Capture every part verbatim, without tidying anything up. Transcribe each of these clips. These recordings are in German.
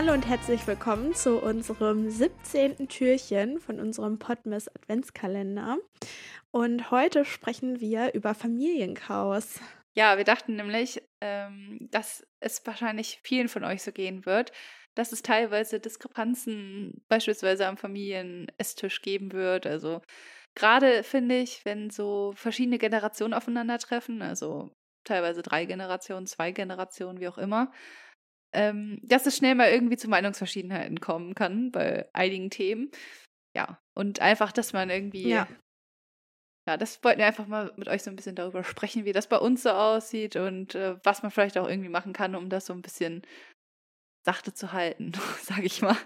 Hallo und herzlich willkommen zu unserem siebzehnten Türchen von unserem Podmas Adventskalender. Und heute sprechen wir über Familienchaos. Ja, wir dachten nämlich, ähm, dass es wahrscheinlich vielen von euch so gehen wird, dass es teilweise Diskrepanzen beispielsweise am Familienesstisch geben wird. Also gerade finde ich, wenn so verschiedene Generationen aufeinandertreffen, also teilweise drei Generationen, zwei Generationen, wie auch immer, ähm, dass es schnell mal irgendwie zu Meinungsverschiedenheiten kommen kann bei einigen Themen. Ja, und einfach, dass man irgendwie, Ja, ja, das wollten wir einfach mal mit euch so ein bisschen darüber sprechen, wie das bei uns so aussieht und äh, was man vielleicht auch irgendwie machen kann, um das so ein bisschen sachte zu halten, sage ich mal.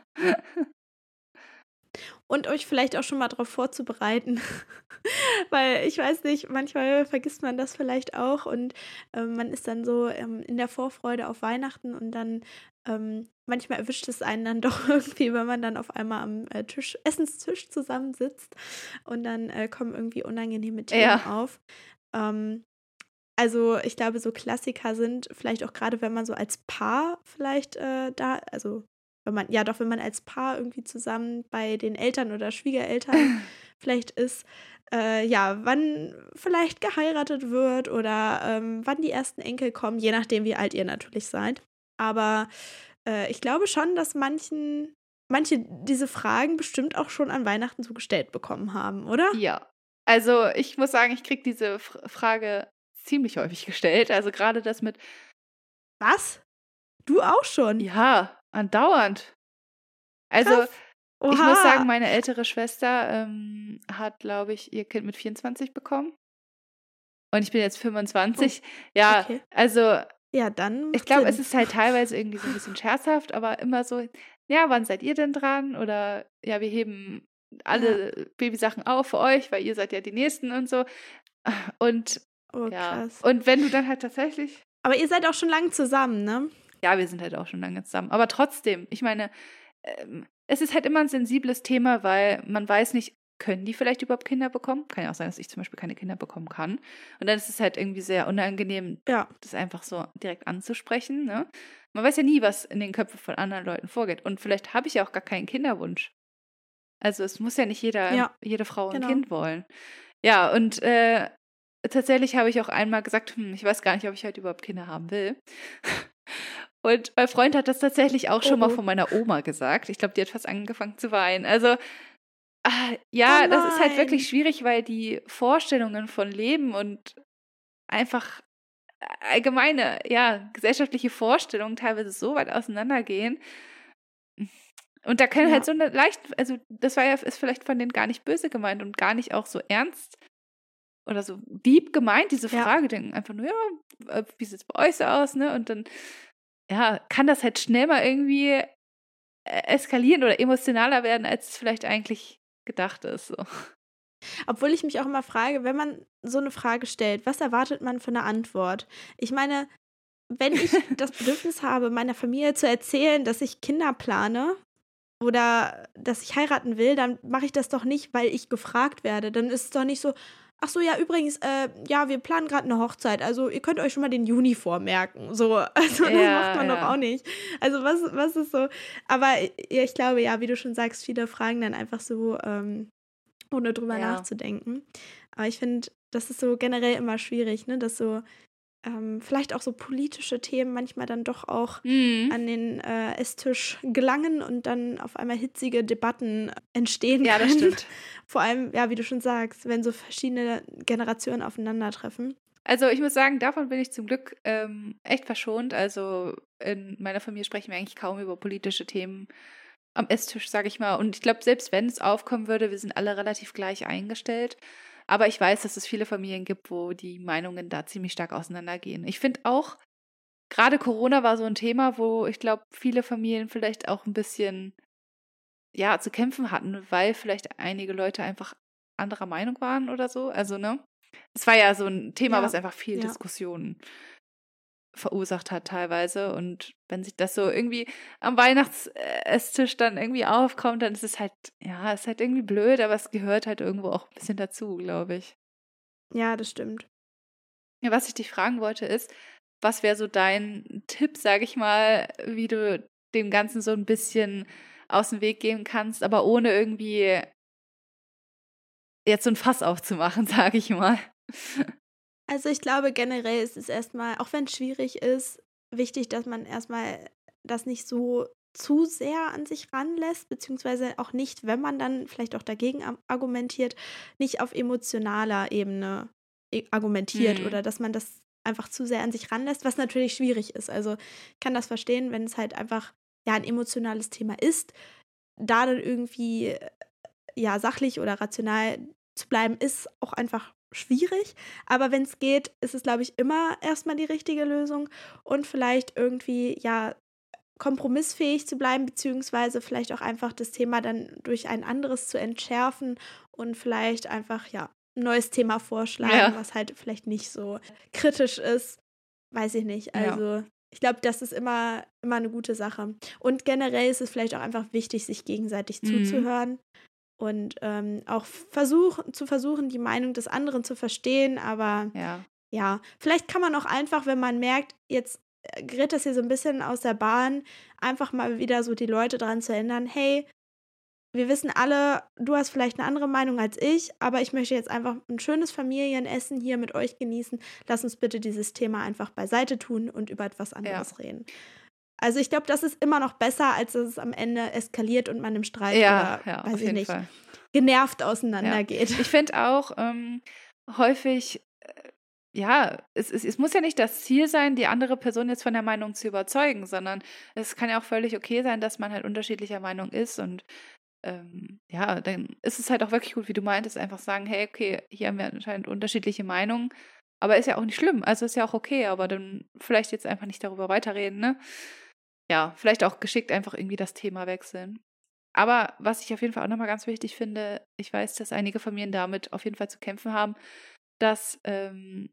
und euch vielleicht auch schon mal darauf vorzubereiten, weil ich weiß nicht, manchmal vergisst man das vielleicht auch und ähm, man ist dann so ähm, in der Vorfreude auf Weihnachten und dann ähm, manchmal erwischt es einen dann doch irgendwie, wenn man dann auf einmal am äh, Tisch, Essenstisch zusammensitzt und dann äh, kommen irgendwie unangenehme Themen Ja, auf. Ähm, Also, ich glaube, so Klassiker sind vielleicht auch gerade, wenn man so als Paar vielleicht, äh, da also, wenn man ja doch, wenn man als Paar irgendwie zusammen bei den Eltern oder Schwiegereltern vielleicht ist, äh, ja, wann vielleicht geheiratet wird oder, ähm, wann die ersten Enkel kommen, je nachdem, wie alt ihr natürlich seid. Aber, äh, ich glaube schon, dass manchen manche diese Fragen bestimmt auch schon an Weihnachten so gestellt bekommen haben, oder? ja. Also ich muss sagen, ich kriege diese F Frage ziemlich häufig gestellt. Also gerade das mit, Was? Du auch schon? ja, andauernd. Also Krass. ich muss sagen, Oha. meine ältere Schwester ähm, hat, glaube ich, ihr Kind mit vierundzwanzig bekommen und ich bin jetzt Oh, fünfundzwanzig. Ja, okay. also Ja, dann ich macht glaube, es Sinn. ist halt teilweise irgendwie so ein bisschen scherzhaft, aber immer so: „Ja, wann seid ihr denn dran?“ Oder: „Ja, wir heben Ja. alle Babysachen auf für euch, weil ihr seid ja die Nächsten“ und so. Und Oh, ja, krass. und wenn du dann halt tatsächlich, Aber ihr seid auch schon lang zusammen, ne? ja, wir sind halt auch schon lange zusammen, aber trotzdem, ich meine, ähm, es ist halt immer ein sensibles Thema, weil man weiß nicht, können die vielleicht überhaupt Kinder bekommen? Kann ja auch sein, dass ich zum Beispiel keine Kinder bekommen kann. Und dann ist es halt irgendwie sehr unangenehm, Ja. das einfach so direkt anzusprechen, ne? Man weiß ja nie, was in den Köpfen von anderen Leuten vorgeht. Und vielleicht habe ich ja auch gar keinen Kinderwunsch. Also es muss ja nicht jeder, Ja, jede Frau ein genau. Kind wollen. Ja, und äh, tatsächlich habe ich auch einmal gesagt, hm, ich weiß gar nicht, ob ich heute überhaupt Kinder haben will. Und mein Freund hat das tatsächlich auch schon mal Oh. von meiner Oma gesagt. Ich glaube, die hat fast angefangen zu weinen. Also, ah, Oh ja, das ist halt wirklich nein. schwierig, weil die Vorstellungen von Leben und einfach allgemeine, ja, gesellschaftliche Vorstellungen teilweise so weit auseinandergehen. Und da können halt Ja, so eine leicht, also das war ja, ist vielleicht von denen gar nicht böse gemeint und gar nicht auch so ernst oder so deep gemeint, diese ja. Frage, denken einfach nur, ja, äh, wie sieht's bei euch so aus, ne? Und dann, ja, kann das halt schnell mal irgendwie äh, eskalieren oder emotionaler werden, als es vielleicht eigentlich gedacht ist. So. Obwohl ich mich auch immer frage, wenn man so eine Frage stellt, was erwartet man für eine Antwort? Ich meine, wenn ich das Bedürfnis habe, meiner Familie zu erzählen, dass ich Kinder plane oder dass ich heiraten will, dann mache ich das doch nicht, weil ich gefragt werde. Dann ist es doch nicht so: „Ach so, ja, übrigens, äh, ja, wir planen gerade eine Hochzeit, also ihr könnt euch schon mal den Juni vormerken.“ So, also das macht Ja, man doch auch ja, nicht. Also was was ist so, aber ja, ich glaube, ja, wie du schon sagst, viele fragen dann einfach so, ähm, ohne drüber ja. nachzudenken. Aber ich finde, das ist so generell immer schwierig, ne, dass so ähm, vielleicht auch so politische Themen manchmal dann doch auch Mhm. an den äh, Esstisch gelangen und dann auf einmal hitzige Debatten entstehen Ja, das können. stimmt. Vor allem, ja, wie du schon sagst, wenn so verschiedene Generationen aufeinandertreffen. Also ich muss sagen, davon bin ich zum Glück ähm, echt verschont. Also in meiner Familie sprechen wir eigentlich kaum über politische Themen am Esstisch, sage ich mal. Und ich glaube, selbst wenn es aufkommen würde, wir sind alle relativ gleich eingestellt. Aber ich weiß, dass es viele Familien gibt, wo die Meinungen da ziemlich stark auseinandergehen. Ich finde auch, gerade Corona war so ein Thema, wo ich glaube, viele Familien vielleicht auch ein bisschen, ja, zu kämpfen hatten, weil vielleicht einige Leute einfach anderer Meinung waren oder so. Also, ne? Es war ja so ein Thema, was Ja, einfach viel ja. Diskussionen verursacht hat teilweise. Und wenn sich das so irgendwie am Weihnachtsesstisch dann irgendwie aufkommt, dann ist es halt, ja, ist halt irgendwie blöd, aber es gehört halt irgendwo auch ein bisschen dazu, glaube ich. Ja, das stimmt. Ja, was ich dich fragen wollte, ist, was wäre so dein Tipp, sage ich mal, wie du dem Ganzen so ein bisschen aus dem Weg gehen kannst, aber ohne irgendwie jetzt so ein Fass aufzumachen, sage ich mal. Also ich glaube generell ist es erstmal, auch wenn es schwierig ist, wichtig, dass man erstmal das nicht so zu sehr an sich ranlässt, beziehungsweise auch nicht, wenn man dann vielleicht auch dagegen am- argumentiert, nicht auf emotionaler Ebene e- argumentiert Mhm. oder dass man das einfach zu sehr an sich ranlässt, was natürlich schwierig ist. Also ich kann das verstehen, wenn es halt einfach ja ein emotionales Thema ist, da dann irgendwie äh, ja sachlich oder rational zu bleiben, ist auch einfach schwierig. Aber wenn es geht, ist es, glaube ich, immer erstmal die richtige Lösung und vielleicht irgendwie, ja, kompromissfähig zu bleiben, beziehungsweise vielleicht auch einfach das Thema dann durch ein anderes zu entschärfen und vielleicht einfach, ja, ein neues Thema vorschlagen, Ja. was halt vielleicht nicht so kritisch ist. Weiß ich nicht. Ja. Also, ich glaube, das ist immer, immer eine gute Sache. Und generell ist es vielleicht auch einfach wichtig, sich gegenseitig Mhm. zuzuhören und ähm, auch versuch, zu versuchen, die Meinung des anderen zu verstehen. Aber Ja. ja, vielleicht kann man auch einfach, wenn man merkt, jetzt äh, gerät das hier so ein bisschen aus der Bahn, einfach mal wieder so die Leute daran zu erinnern, hey, wir wissen alle, du hast vielleicht eine andere Meinung als ich, aber ich möchte jetzt einfach ein schönes Familienessen hier mit euch genießen. Lass uns bitte dieses Thema einfach beiseite tun und über etwas anderes reden. Also ich glaube, das ist immer noch besser, als dass es am Ende eskaliert und man im Streit Ja, oder, ja, weiß auf ich jeden nicht, Fall. genervt Ja. auseinandergeht. Ich finde auch ähm, häufig, äh, ja, es, es, es muss ja nicht das Ziel sein, die andere Person jetzt von der Meinung zu überzeugen, sondern es kann ja auch völlig okay sein, dass man halt unterschiedlicher Meinung ist und ähm, ja, dann ist es halt auch wirklich gut, wie du meintest, einfach sagen, hey, okay, hier haben wir anscheinend unterschiedliche Meinungen, aber ist ja auch nicht schlimm, also ist ja auch okay, aber dann vielleicht jetzt einfach nicht darüber weiterreden, ne? Ja, vielleicht auch geschickt einfach irgendwie das Thema wechseln. Aber was ich auf jeden Fall auch nochmal ganz wichtig finde, ich weiß, dass einige Familien damit auf jeden Fall zu kämpfen haben, dass ähm,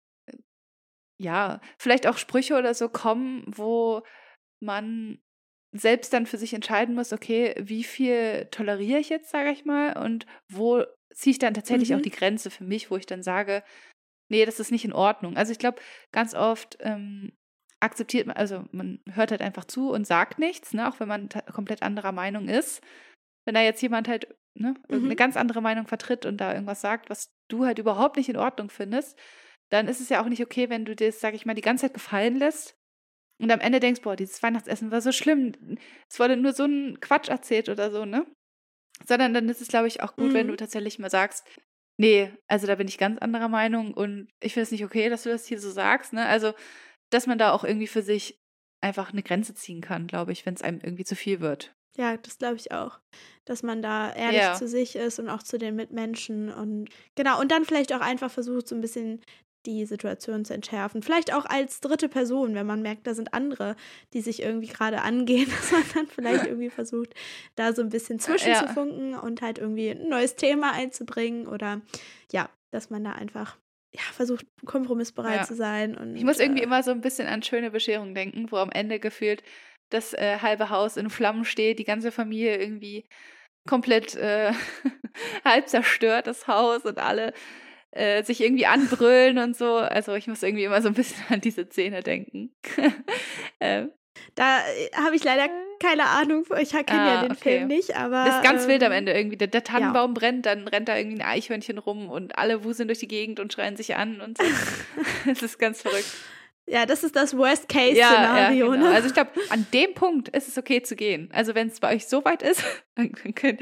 ja, vielleicht auch Sprüche oder so kommen, wo man selbst dann für sich entscheiden muss, okay, wie viel toleriere ich jetzt, sage ich mal, und wo ziehe ich dann tatsächlich auch Mhm. die Grenze für mich, wo ich dann sage, nee, das ist nicht in Ordnung. Also ich glaube, ganz oft ähm, akzeptiert man, also man hört halt einfach zu und sagt nichts, ne, auch wenn man ta- komplett anderer Meinung ist. Wenn da jetzt jemand halt ne, irgendeine Mhm. ganz andere Meinung vertritt und da irgendwas sagt, was du halt überhaupt nicht in Ordnung findest, dann ist es ja auch nicht okay, wenn du dir das, sag ich mal, die ganze Zeit gefallen lässt und am Ende denkst, boah, dieses Weihnachtsessen war so schlimm, es wurde nur so ein Quatsch erzählt oder so, ne? Sondern dann ist es, glaube ich, auch gut, wenn du Mhm. tatsächlich mal sagst, nee, also da bin ich ganz anderer Meinung und ich finde es nicht okay, dass du das hier so sagst, ne? Also, dass man da auch irgendwie für sich einfach eine Grenze ziehen kann, glaube ich, wenn es einem irgendwie zu viel wird. Ja, das glaube ich auch, dass man da ehrlich Ja, zu sich ist und auch zu den Mitmenschen und genau, und dann vielleicht auch einfach versucht, so ein bisschen die Situation zu entschärfen. Vielleicht auch als dritte Person, wenn man merkt, da sind andere, die sich irgendwie gerade angehen, dass man dann vielleicht irgendwie versucht, da so ein bisschen äh, ja, zwischenzufunken und halt irgendwie ein neues Thema einzubringen oder ja, dass man da einfach ja, versucht, kompromissbereit ja. zu sein Ich und muss irgendwie äh, immer so ein bisschen an Schöne Bescherung denken, wo am Ende gefühlt das äh, halbe Haus in Flammen steht, die ganze Familie irgendwie komplett äh, halb zerstört, das Haus und alle äh, sich irgendwie anbrüllen und so. Also ich muss irgendwie immer so ein bisschen an diese Szene denken. ähm, da äh, habe ich leider keine Ahnung, ich kenne ja ah, den Film okay. nicht, Das ist aber ganz wild am ähm, Ende irgendwie. Der, der ja. Tannenbaum brennt, dann rennt da irgendwie ein Eichhörnchen rum und alle wuseln durch die Gegend und schreien sich an und so. Das ist ganz verrückt. Ja, das ist das Ja, ja, Worst-Case-Szenario, genau. ne? Also ich glaube, an dem Punkt ist es okay zu gehen. Also wenn es bei euch so weit ist, dann könnt,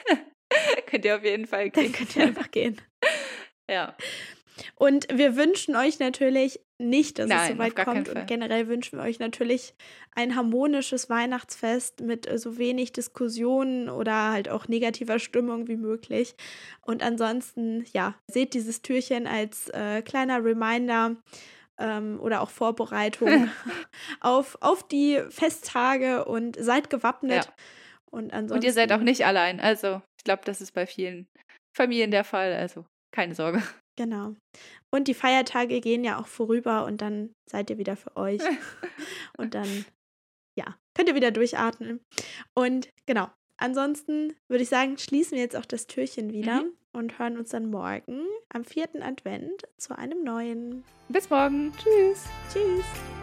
könnt ihr auf jeden Fall Dann gehen. könnt ihr einfach gehen. Ja. Und wir wünschen euch natürlich nicht, dass es so Nein, auf weit gar keinen kommt. Und Fall. generell wünschen wir euch natürlich ein harmonisches Weihnachtsfest mit äh, so wenig Diskussionen oder halt auch negativer Stimmung wie möglich. Und ansonsten, ja, seht dieses Türchen als äh, kleiner Reminder ähm, oder auch Vorbereitung auf, auf die Festtage und seid gewappnet. Ja. Und Und ihr seid auch ansonsten, nicht allein. Also ich glaube, das ist bei vielen Familien der Fall. Also keine Sorge. genau. Und die Feiertage gehen ja auch vorüber und dann seid ihr wieder für euch. Und dann, ja, könnt ihr wieder durchatmen. Und genau, ansonsten würde ich sagen, schließen wir jetzt auch das Türchen wieder Mhm. und hören uns dann morgen am vierten Advent zu einem neuen. Bis morgen. Tschüss. Tschüss.